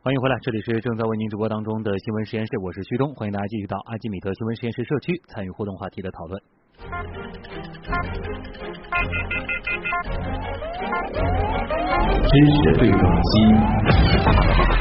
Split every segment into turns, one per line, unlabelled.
欢迎回来，这里是正在为您直播当中的新闻实验室，我是徐东，欢迎大家继续到阿基米德新闻实验室社区参与互动话题的讨论。
知识对撞机。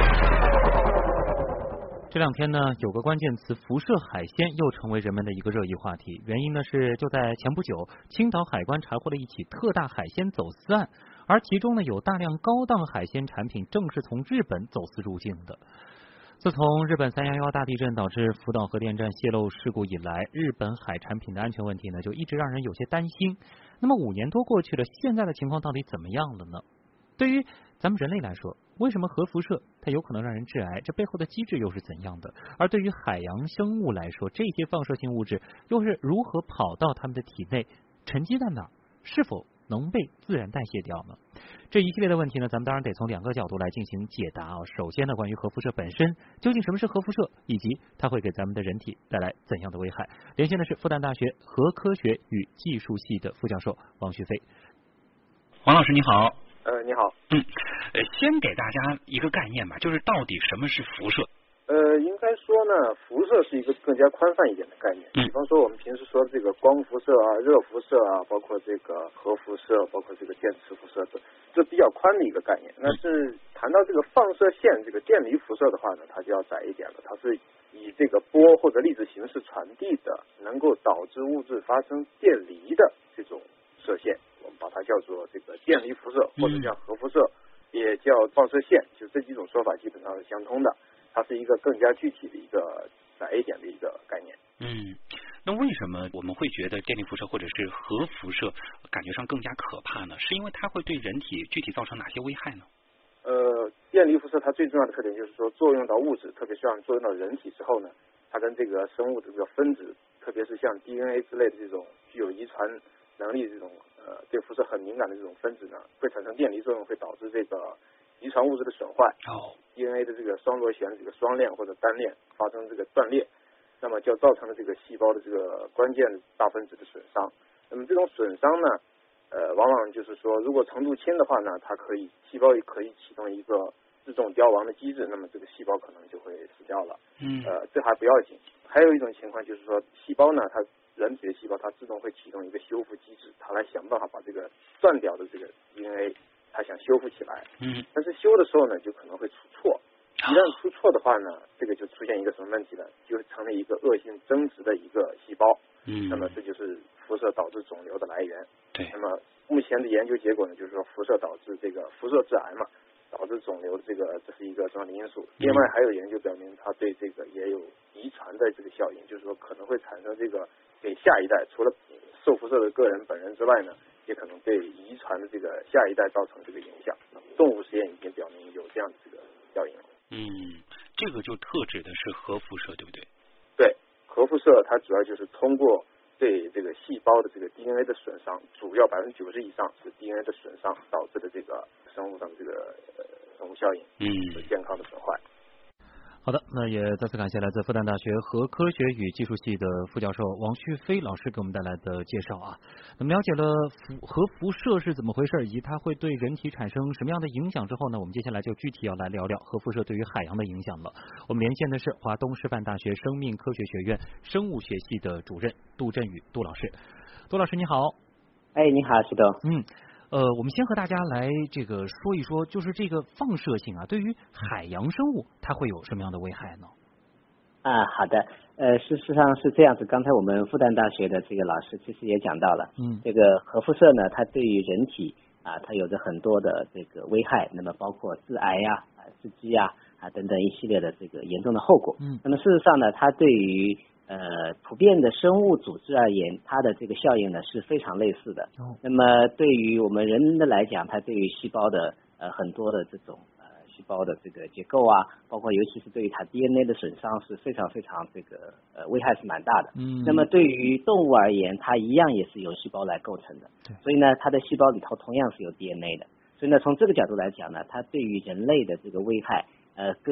这两天呢，有个关键词辐射海鲜又成为人们的一个热议话题。原因呢是就在前不久，青岛海关查获了一起特大海鲜走私案，而其中呢有大量高档海鲜产品正是从日本走私入境的。自从日本311大地震导致福岛核电站泄漏事故以来，日本海产品的安全问题呢就一直让人有些担心。那么5年多过去了，现在的情况到底怎么样了呢？对于咱们人类来说，为什么核辐射它有可能让人致癌？这背后的机制又是怎样的？而对于海洋生物来说，这些放射性物质又是如何跑到它们的体内，沉积在哪儿？是否能被自然代谢掉呢？这一系列的问题呢，咱们当然得从2个角度来进行解答啊。首先呢，关于核辐射本身，究竟什么是核辐射，以及它会给咱们的人体带来怎样的危害？连线的是复旦大学核科学与技术系的副教授王旭飞。
王老师你好。
你好。
先给大家一个概念吧，就是到底什么是辐射？
应该说呢，辐射是一个更加宽泛一点的概念。比方说我们平时说这个光辐射啊、热辐射啊，包括这个核辐射，包括这个电磁辐射，这比较宽的一个概念。但是谈到这个放射线这个电离辐射的话呢，它就要窄一点了，它是以这个波或者粒子形式传递的，能够导致物质发生电离的这种射线，我们把它叫做这个电离辐射，或者叫核辐射，也叫放射线，就这几种说法基本上是相通的。它是一个更加具体的一个窄一点的一个概念。
那为什么我们会觉得电离辐射或者是核辐射感觉上更加可怕呢？是因为它会对人体具体造成哪些危害呢？
电离辐射它最重要的特点就是说，作用到物质，特别是像作用到人体之后呢，它跟这个生物的这个分子，特别是像 DNA 之类的这种具有遗传能力这种对辐射很敏感的这种分子呢，会产生电离作用，会导致这个遗传物质的损坏。DNA 的这个双螺旋这个双链或者单链发生这个断裂，那么就造成了这个细胞的这个关键大分子的损伤。那么这种损伤呢，往往就是说，如果程度轻的话呢，它细胞也可以启动一个自动凋亡的机制，那么这个细胞可能就会死掉了。这还不要紧，还有一种情况就是说，细胞呢，人体的细胞它自动会启动一个修复机制，它来想办法把这个断掉的这个 DNA。它想修复起来，但是修的时候呢，就可能会出错。一旦出错的话呢，这个就出现一个什么问题呢？就成了一个恶性增殖的一个细胞。那么这就是辐射导致肿瘤的来源。那么目前的研究结果呢，就是说辐射导致这个辐射致癌嘛，导致肿瘤的这是一个重要的因素。另外还有研究表明，它对这个也有遗传的这个效应，就是说可能会产生这个给下一代，除了受辐射的个人本人之外呢，也可能对遗传的这个下一代造成这个影响。动物实验已经表明有这样的这个效应了。
这个就特指的是核辐射，对不对？
对，核辐射它主要就是通过对这个细胞的这个 DNA 的损伤，主要90%以上是 DNA 的损伤导致的这个生物上的这个生物效应，健康的损坏。
好的，那也再次感谢来自复旦大学核科学与技术系的副教授王旭飞老师给我们带来的介绍啊。那么了解了核辐射是怎么回事，以及它会对人体产生什么样的影响之后呢，我们接下来就具体要来聊聊核辐射对于海洋的影响了。我们连线的是华东师范大学生命科学学院生物学系的主任杜振宇杜老师。杜老师你好。
你好，是的。
我们先和大家来这个说一说，就是这个放射性啊，对于海洋生物它会有什么样的危害呢？
好的，事实上是这样子。刚才我们复旦大学的这个老师其实也讲到了，这个核辐射呢，它对于人体它有着很多的这个危害，那么包括致癌呀、致畸等等一系列的这个严重的后果。那么事实上呢，它对于普遍的生物组织而言，它的这个效应呢是非常类似的。那么对于我们人的来讲，它对于细胞的很多的这种细胞的这个结构包括尤其是对于它 DNA 的损伤是非常非常这个危害是蛮大的。那么对于动物而言，它一样也是由细胞来构成的。所以呢，它的细胞里头同样是有 DNA 的。所以呢，从这个角度来讲呢，它对于人类的这个危害跟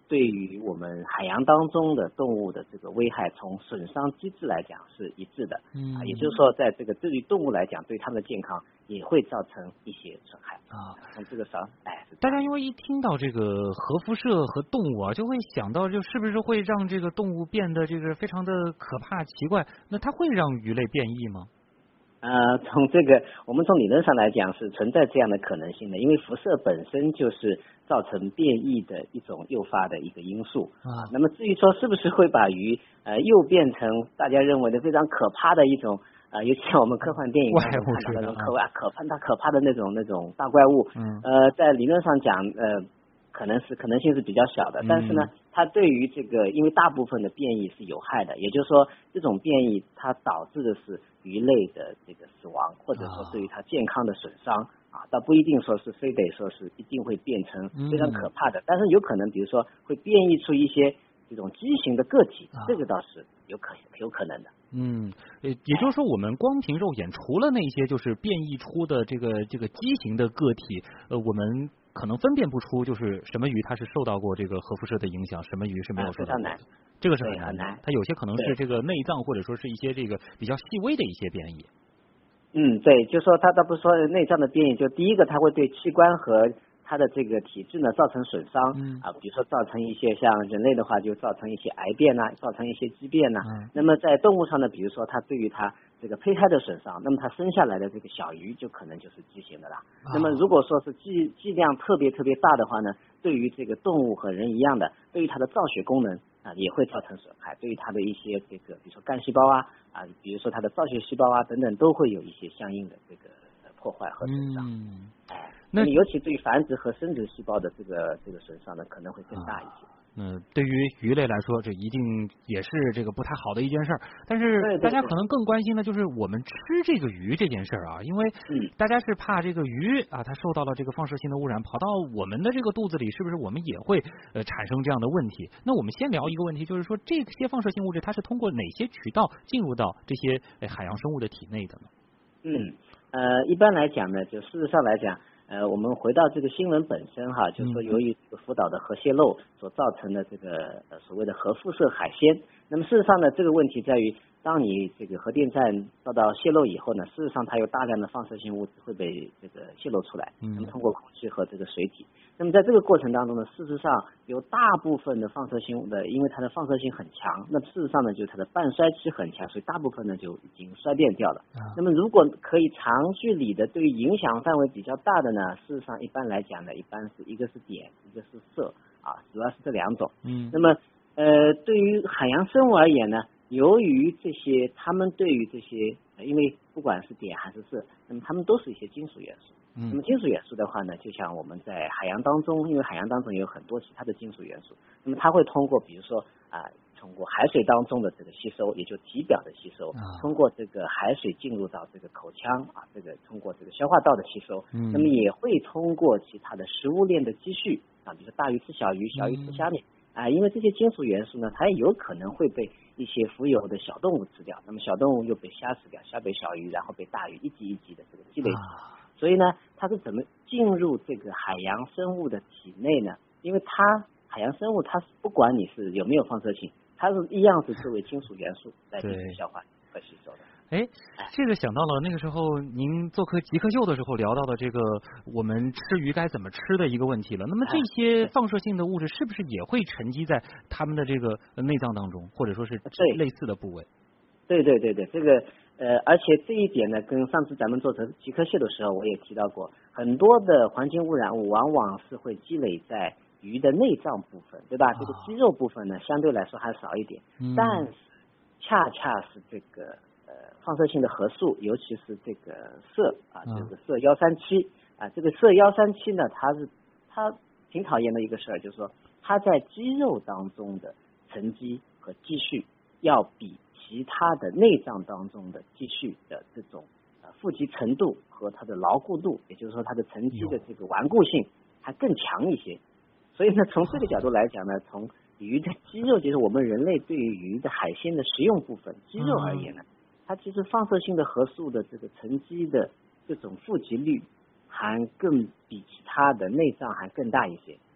对于我们海洋当中的动物的这个危害，从损伤机制来讲是一致的。也就是说，在这个对于动物来讲，对它们的健康也会造成一些损害从这个上，
大家因为一听到这个核辐射和动物就会想到，就是不是会让这个动物变得这个非常的可怕奇怪？那它会让鱼类变异吗？
从这个我们从理论上来讲是存在这样的可能性的，因为辐射本身就是造成变异的一种诱发的一个因素那么至于说是不是会把鱼又变成大家认为的非常可怕的一种尤其像我们科幻电影当中看到那种可怕的那种大怪物在理论上讲可能性是比较小的，但是呢它对于这个因为大部分的变异是有害的，也就是说这种变异它导致的是鱼类的这个死亡，或者说对于它健康的损伤倒不一定说是非得说是一定会变成非常可怕的，但是有可能比如说会变异出一些这种畸形的个体这个倒是有可能的。
也就是说我们光凭肉眼除了那些就是变异出的这个畸形的个体我们可能分辨不出就是什么鱼它是受到过这个核辐射的影响，什么鱼是没有受到过的，这个是很难，它有些可能是这个内脏或者说是一些这个比较细微的一些变异。
对，就说它倒不是说内脏的变异，就第一个它会对器官和它的这个体质呢造成损伤比如说造成一些像人类的话就造成一些癌变造成一些畸变那么在动物上呢，比如说它对于它这个胚胎的损伤，那么它生下来的这个小鱼就可能就是畸形的了那么如果说是剂量特别大的话呢，对于这个动物和人一样的，对于它的造血功能也会造成损害，对于它的一些这个比如说干细胞比如说它的造血细胞等等都会有一些相应的这个破坏和损伤那尤其对于繁殖和生殖细胞的这个损伤呢，可能会更大一些。
对于鱼类来说，这一定也是这个不太好的一件事儿。但是大家可能更关心的就是我们吃这个鱼这件事儿因为大家是怕这个鱼它受到了这个放射性的污染，跑到我们的这个肚子里，是不是我们也会产生这样的问题？那我们先聊一个问题，就是说这些放射性物质它是通过哪些渠道进入到这些海洋生物的体内的呢？
一般来讲呢，就事实上来讲。我们回到这个新闻本身就是说由于这个福岛的核泄漏所造成的这个所谓的核辐射海鲜，那么事实上呢，这个问题在于当你这个核电站遭到泄漏以后呢，事实上它有大量的放射性物质会被这个泄露出来那么通过空气和这个水体，那么在这个过程当中呢，事实上有大部分的放射性物质因为它的放射性很强，那事实上呢就是它的半衰期很强，所以大部分呢就已经衰变掉了那么如果可以长距离的对于影响范围比较大的呢，事实上一般来讲呢，一般是一个是碘一个是铯主要是这两种那么对于海洋生物而言呢，由于这些他们对于这些因为不管是碘还是铯，那么他们都是一些金属元素那么金属元素的话呢，就像我们在海洋当中，因为海洋当中有很多其他的金属元素，那么它会通过比如说通过海水当中的这个吸收，也就体表的吸收通过这个海水进入到这个口腔这个通过这个消化道的吸收那么也会通过其他的食物链的积蓄比如说大鱼吃小鱼，小鱼吃虾米因为这些金属元素呢，它也有可能会被一些浮游的小动物吃掉，那么小动物又被虾吃掉，虾被小鱼，然后被大鱼一级一级的这个积累所以呢，它是怎么进入这个海洋生物的体内呢？因为海洋生物它不管你是有没有放射性，它是一样是作为金属元素来进行消化和吸收的。
这个想到了那个时候您做客极客秀的时候聊到的这个我们吃鱼该怎么吃的一个问题了。那么这些放射性的物质是不是也会沉积在他们的这个内脏当中，或者说是类似的部位？
对，这个而且这一点呢，跟上次咱们做极客秀的时候我也提到过，很多的环境污染物往往是会积累在鱼的内脏部分，对吧？这个肌肉部分呢，相对来说还少一点，但是恰恰是这个放射性的核素，尤其是这个铯就是铯137这个铯137呢，它挺讨厌的一个事儿，就是说它在肌肉当中的沉积和积蓄要比其他的内脏当中的积蓄的这种富集程度和它的牢固度，也就是说它的沉积的这个顽固性还更强一些。所以呢，从这个角度来讲呢，从鱼的肌肉，就是我们人类对于鱼的海鲜的食用部分肌肉而言呢，它其实放射性的核素的这个沉积的这种富集率还更比其他的内脏还更大一些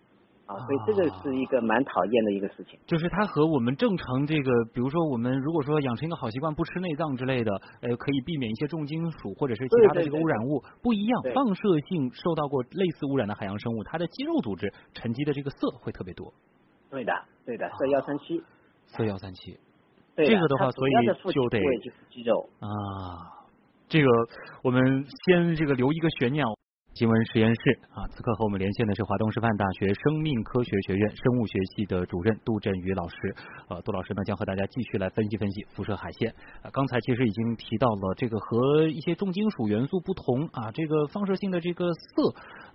所以这个是一个蛮讨厌的一个事情。
就是它和我们正常这个，比如说我们如果说养成一个好习惯，不吃内脏之类的，可以避免一些重金属或者是其他的这个污染物不一样。放射性受到过类似污染的海洋生物，它的肌肉组织沉积的这个色会特别多。
对的，色137。
色137。
对，
这个的话，所以就得
就是肌肉
这个我们先这个留一个悬念。新闻实验室此刻和我们连线的是华东师范大学生命科学学院生物学系的主任杜振宇老师。杜老师呢将和大家继续来分析辐射海鲜。刚才其实已经提到了这个和一些重金属元素不同这个放射性的这个色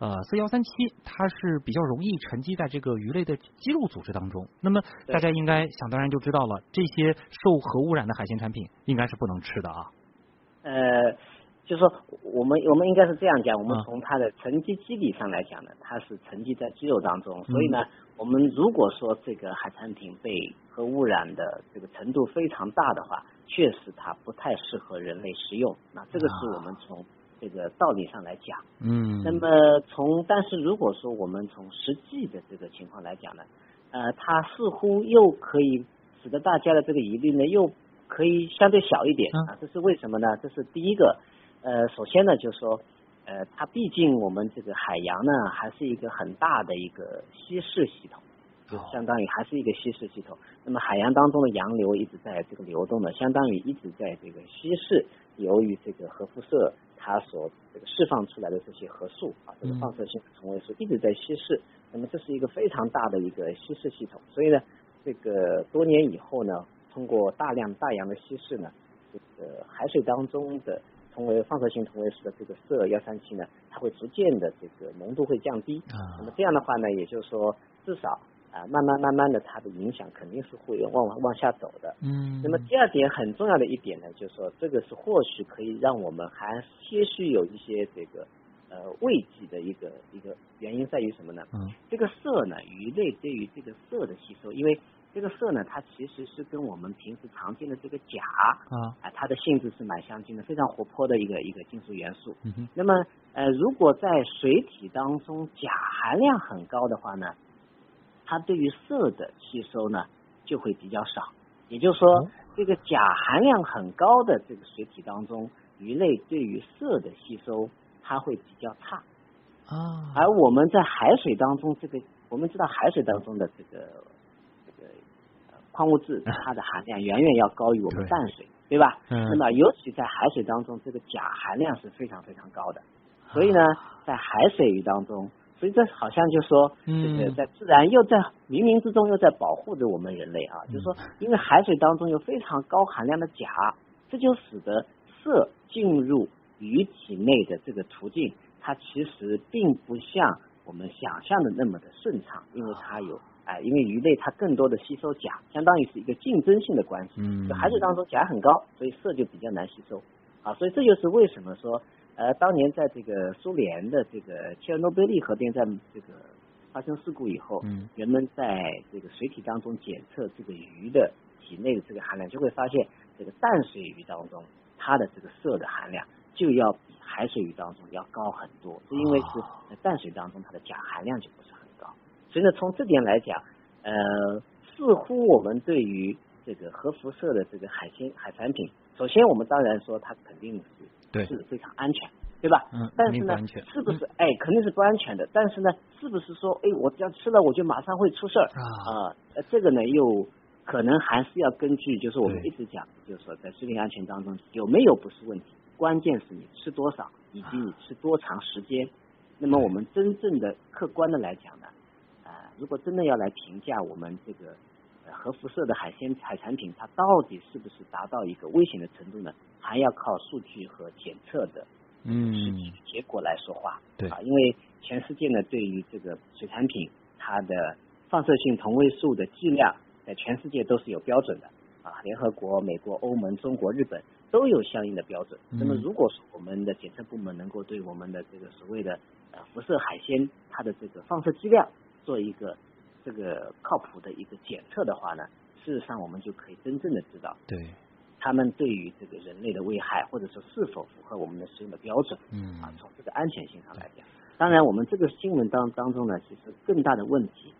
137，它是比较容易沉积在这个鱼类的肌肉组织当中。那么大家应该想当然就知道了，这些受核污染的海鲜产品应该是不能吃的
就是说我们应该是这样讲，我们从它的沉积机理上来讲呢，它是沉积在肌肉当中，所以呢，我们如果说这个海产品被核污染的这个程度非常大的话，确实它不太适合人类食用。那这个是我们从这个道理上来讲。那么但是如果说我们从实际的这个情况来讲呢，它似乎又可以使得大家的这个疑虑呢又可以相对小一点这是为什么呢？这是第一个。首先呢，就是说，它毕竟我们这个海洋呢，还是一个很大的一个稀释系统，就相当于还是一个稀释系统。那么海洋当中的洋流一直在这个流动的，相当于一直在这个稀释，由于这个核辐射它所这个释放出来的这些核素这个放射性同位素一直在稀释。那么这是一个非常大的一个稀释系统，所以呢，这个多年以后呢，通过大量大洋的稀释呢，这个海水当中的成为放射性同位素的这个铯137呢，它会逐渐的这个浓度会降低。那么这样的话呢，也就是说，至少慢慢的，它的影响肯定是会往下走的。那么第二点很重要的一点呢，就是说这个是或许可以让我们还些许有一些这个慰藉的一个原因在于什么呢？这个铯呢，鱼类对于这个铯的吸收，因为这个铯呢，它其实是跟我们平时常见的这个钾它的性质是蛮相近的，非常活泼的一个金属元素。那么如果在水体当中钾含量很高的话呢，它对于铯的吸收呢就会比较少。也就是说，这个钾含量很高的这个水体当中，鱼类对于铯的吸收它会比较差而我们在海水当中，我们知道海水当中的这个矿物质，它的含量远远要高于我们淡水，对吧？那么尤其在海水当中，这个钾含量是非常非常高的。所以呢，在海水鱼当中，所以这好像就说，这个在自然又在冥冥之中又在保护着我们人类就是说，因为海水当中有非常高含量的钾，这就使得铯进入鱼体内的这个途径，它其实并不像我们想象的那么的顺畅，因为它有因为鱼类它更多的吸收钾，相当于是一个竞争性的关系。就海水当中钾很高，所以铯就比较难吸收所以这就是为什么说当年在这个苏联的这个切尔诺贝利核电站这个发生事故以后，人们在这个水体当中检测这个鱼的体内的这个含量，就会发现这个淡水鱼当中它的这个铯的含量就要比海水鱼当中要高很多，是因为是在淡水当中它的钾含量就不是很高。所以呢，从这点来讲，似乎我们对于这个核辐射的这个海产品，首先我们当然说它肯定是非常安全，对吧？但是呢，是不是肯定是不安全的？但是呢，是不是说我只要吃了我就马上会出事儿这个呢又可能还是要根据，就是我们一直讲，就是说在食品安全当中有没有不是问题，关键是你吃多少以及你吃多长时间。那么我们真正的客观的来讲呢，如果真的要来评价我们这个核辐射的海产品，它到底是不是达到一个危险的程度呢？还要靠数据和检测的实际结果来说话。因为全世界呢对于这个水产品它的放射性同位素的剂量，在全世界都是有标准的联合国、美国、欧盟、中国、日本都有相应的标准。那么如果说我们的检测部门能够对我们的这个所谓的辐射海鲜它的这个放射剂量做一个这个靠谱的一个检测的话呢，事实上我们就可以真正的知道他们对于这个人类的危害，或者说是否符合我们的使用的标准从这个安全性上来讲。当然我们这个新闻当中呢，其实更大的问题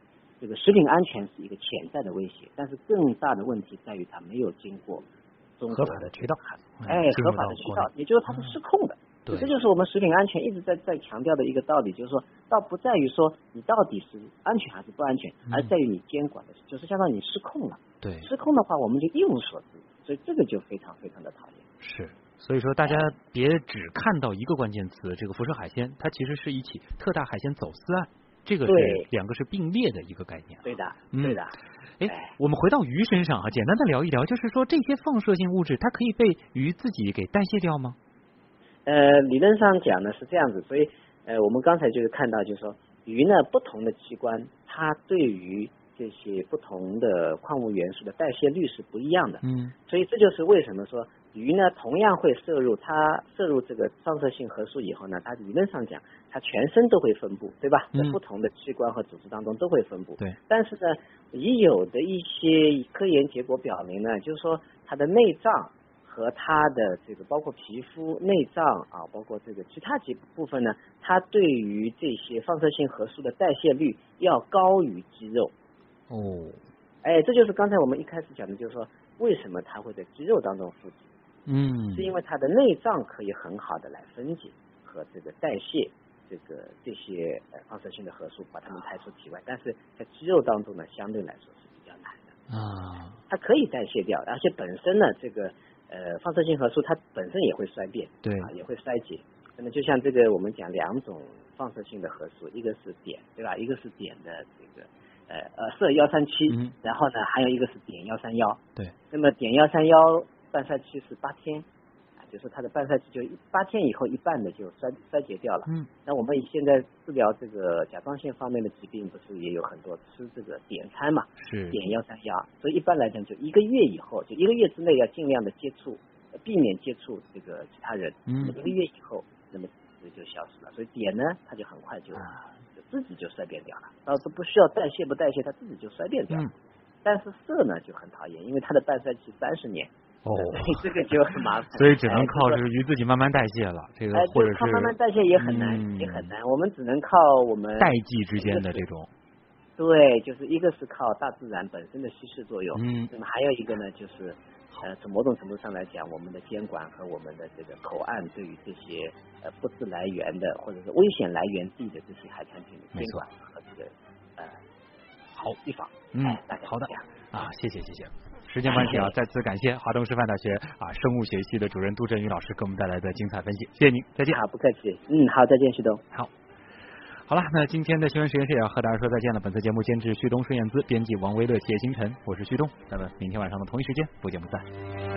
这个食品安全是一个潜在的威胁，但是更大的问题在于它没有经过
合法的渠道，
合法的渠道，也就是它是失控的。
对，
这就是我们食品安全一直在强调的一个道理，就是说，倒不在于说你到底是安全还是不安全，而在于你监管的，就是相当于你失控了。
对，
失控的话，我们就一无所知，所以这个就非常非常的讨厌。
是，所以说大家别只看到一个关键词，这个辐射海鲜，它其实是一起特大海鲜走私案，这个是两个是并列的一个概念。
对的，对的。
我们回到鱼身上简单的聊一聊，就是说这些放射性物质，它可以被鱼自己给代谢掉吗？
理论上讲呢是这样子，所以我们刚才就是看到，就是说鱼呢不同的器官，它对于这些不同的矿物元素的代谢率是不一样的。所以这就是为什么说鱼呢同样会摄入这个放射性核素以后呢，它理论上讲它全身都会分布，对吧？在不同的器官和组织当中都会分布。
对。
但是呢，已有的一些科研结果表明呢，就是说它的内脏和它的这个包括皮肤、内脏包括这个其他几部分呢，它对于这些放射性核素的代谢率要高于肌肉。这就是刚才我们一开始讲的，就是说为什么它会在肌肉当中富集，是因为它的内脏可以很好的来分解和这个代谢这些放射性的核素，把它们排出体外，但是在肌肉当中呢，相对来说是比较难的。它可以代谢掉，而且本身呢，这个放射性核素它本身也会衰变，
对
也会衰竭。那么就像这个我们讲两种放射性的核素，一个是碘，对吧？一个是碘的这个铯137，然后呢还有一个是碘131。
对。那
么碘131半衰期是8天，就是它的半衰期就8天以后一半的就衰竭掉了。那我们现在治疗这个甲状腺方面的疾病，不是也有很多吃这个碘餐嘛？是。碘131，所以一般来讲就1个月以后，就1个月之内要尽量的避免接触这个其他人。1个月以后，那么就消失了。所以碘呢，它就很快就自己就衰变掉了，然后都不需要代谢不代谢，它自己就衰变掉了。但是铯呢就很讨厌，因为它的半衰期30年。这个就很麻烦。
所以只能靠这个鱼自己慢慢代谢了，这个或者是
靠慢慢代谢也很难，也很难。我们只能靠我们
代际之间的这种。
对，就是一个是靠大自然本身的稀释作用，那么还有一个呢，就是从某种程度上来讲，我们的监管和我们的这个口岸对于这些不知来源的或者是危险来源地的这些海产品的监管和这个预防。
好的谢谢。时间关系再次感谢华东师范大学生物学系的主任杜振宇老师给我们带来的精彩分析，谢谢您，再见。
好，不客气。好，再见，旭东。
好了，那今天的新闻实验室也要和大家说再见了。本次节目监制旭东、孙燕姿，编辑王威乐、谢星辰，我是旭东，咱们明天晚上的同一时间不见不散。